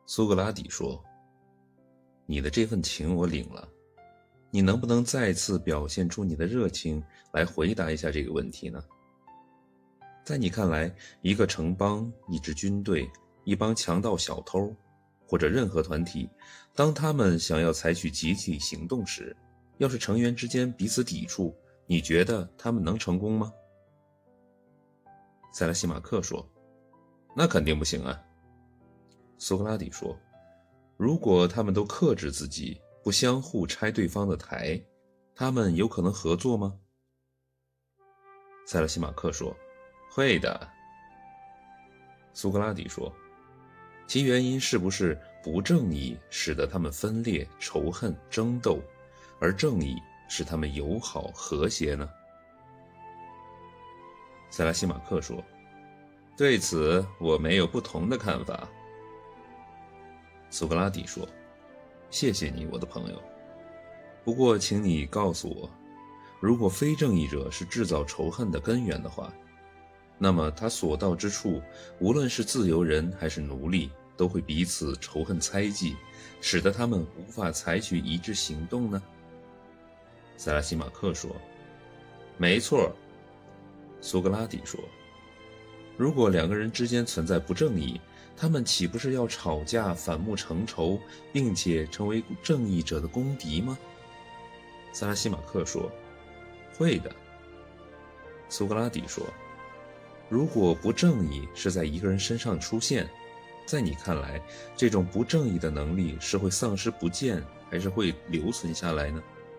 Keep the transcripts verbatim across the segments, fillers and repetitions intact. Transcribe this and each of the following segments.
苏格拉底说：你的这份情我领了，你能不能再次表现出你的热情来回答一下这个问题呢？在你看来，一个城邦、一支军队、一帮强盗小偷，或者任何团体，当他们想要采取集体行动时，要是成员之间彼此抵触，你觉得他们能成功吗？塞拉西马克说：那肯定不行啊。苏格拉底说：如果他们都克制自己，不相互拆对方的台，他们有可能合作吗？塞拉西马克说：会的。苏格拉底说：其原因是不是不正义使得他们分裂、仇恨、争斗，而正义使他们友好、和谐呢？塞拉西马克说：对此我没有不同的看法。苏格拉底说：谢谢你，我的朋友。不过请你告诉我，如果非正义者是制造仇恨的根源的话，那么他所到之处，无论是自由人还是奴隶，都会彼此仇恨猜忌，使得他们无法采取一致行动呢？塞拉西马克说：没错。苏格拉底说：如果两个人之间存在不正义，他们岂不是要吵架、反目成仇，并且成为正义者的公敌吗？塞拉西马克说：会的。苏格拉底说：如果不正义是在一个人身上出现，在你看来，这种不正义的能力是会丧失不见，还是会留存下来呢？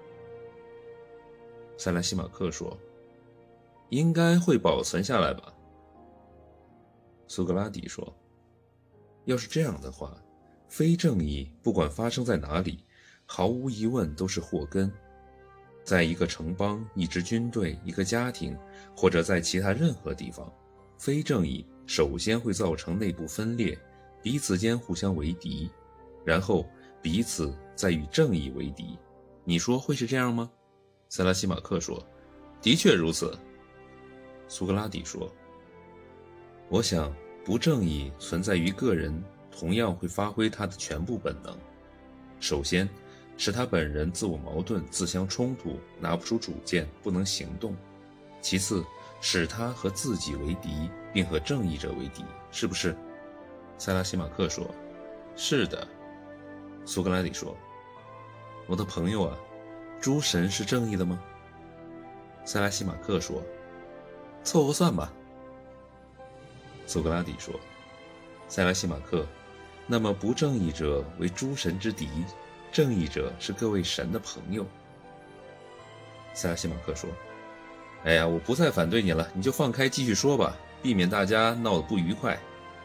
塞拉西马克说：应该会保存下来吧。苏格拉底说：要是这样的话，非正义不管发生在哪里，毫无疑问都是祸根。在一个城邦、一支军队、一个家庭，或者在其他任何地方，非正义首先会造成内部分裂，彼此间互相为敌，然后彼此再与正义为敌。你说会是这样吗？塞拉西马克说：的确如此。苏格拉底说：我想不正义存在于个人，同样会发挥他的全部本能。首先使他本人自我矛盾、自相冲突，拿不出主见，不能行动。其次使他和自己为敌，并和正义者为敌，是不是？塞拉西马克说：是的。苏格拉底说：我的朋友啊，诸神是正义的吗？塞拉西马克说：凑合算吧。苏格拉底说：塞拉西马克，那么不正义者为诸神之敌，正义者是各位神的朋友。塞拉西马克说：哎呀，我不再反对你了，你就放开继续说吧，避免大家闹得不愉快。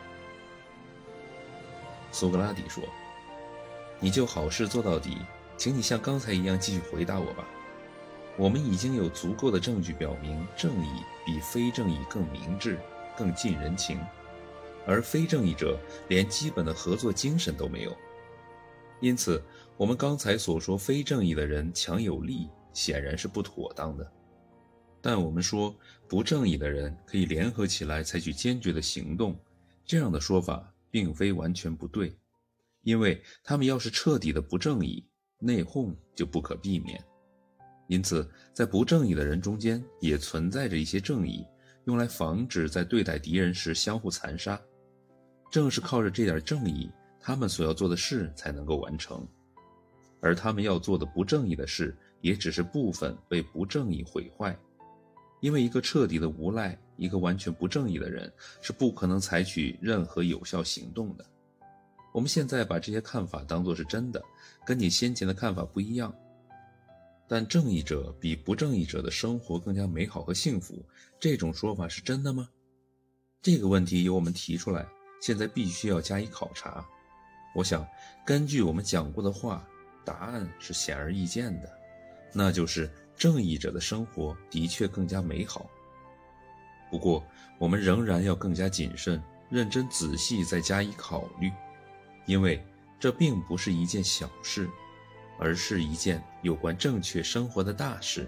苏格拉底说：你就好事做到底，请你像刚才一样继续回答我吧。我们已经有足够的证据表明，正义比非正义更明智，更近人情，而非正义者连基本的合作精神都没有。因此我们刚才所说非正义的人强有力，显然是不妥当的。但我们说不正义的人可以联合起来采取坚决的行动，这样的说法并非完全不对，因为他们要是彻底的不正义，内讧就不可避免。因此在不正义的人中间也存在着一些正义，用来防止在对待敌人时相互残杀。正是靠着这点正义，他们所要做的事才能够完成，而他们要做的不正义的事也只是部分被不正义毁坏。因为一个彻底的无赖，一个完全不正义的人是不可能采取任何有效行动的。我们现在把这些看法当作是真的，跟你先前的看法不一样。但正义者比不正义者的生活更加美好和幸福，这种说法是真的吗？这个问题由我们提出来，现在必须要加以考察。我想根据我们讲过的话，答案是显而易见的，那就是正义者的生活的确更加美好。不过我们仍然要更加谨慎，认真仔细再加以考虑，因为这并不是一件小事，而是一件有关正确生活的大事。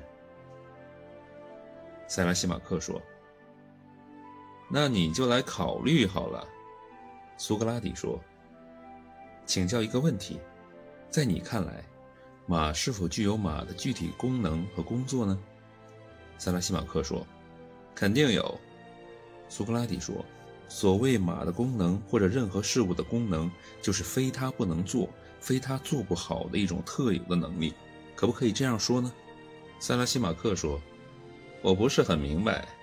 塞拉西马克说：那你就来考虑好了。苏格拉底说： 请教一个问题，在你看来，马是否具有马的具体功能和工作呢？塞拉西马克说，肯定有。苏格拉底说，所谓马的功能或者任何事物的功能，就是非它不能做，非它做不好的一种特有的能力，可不可以这样说呢？塞拉西马克说，我不是很明白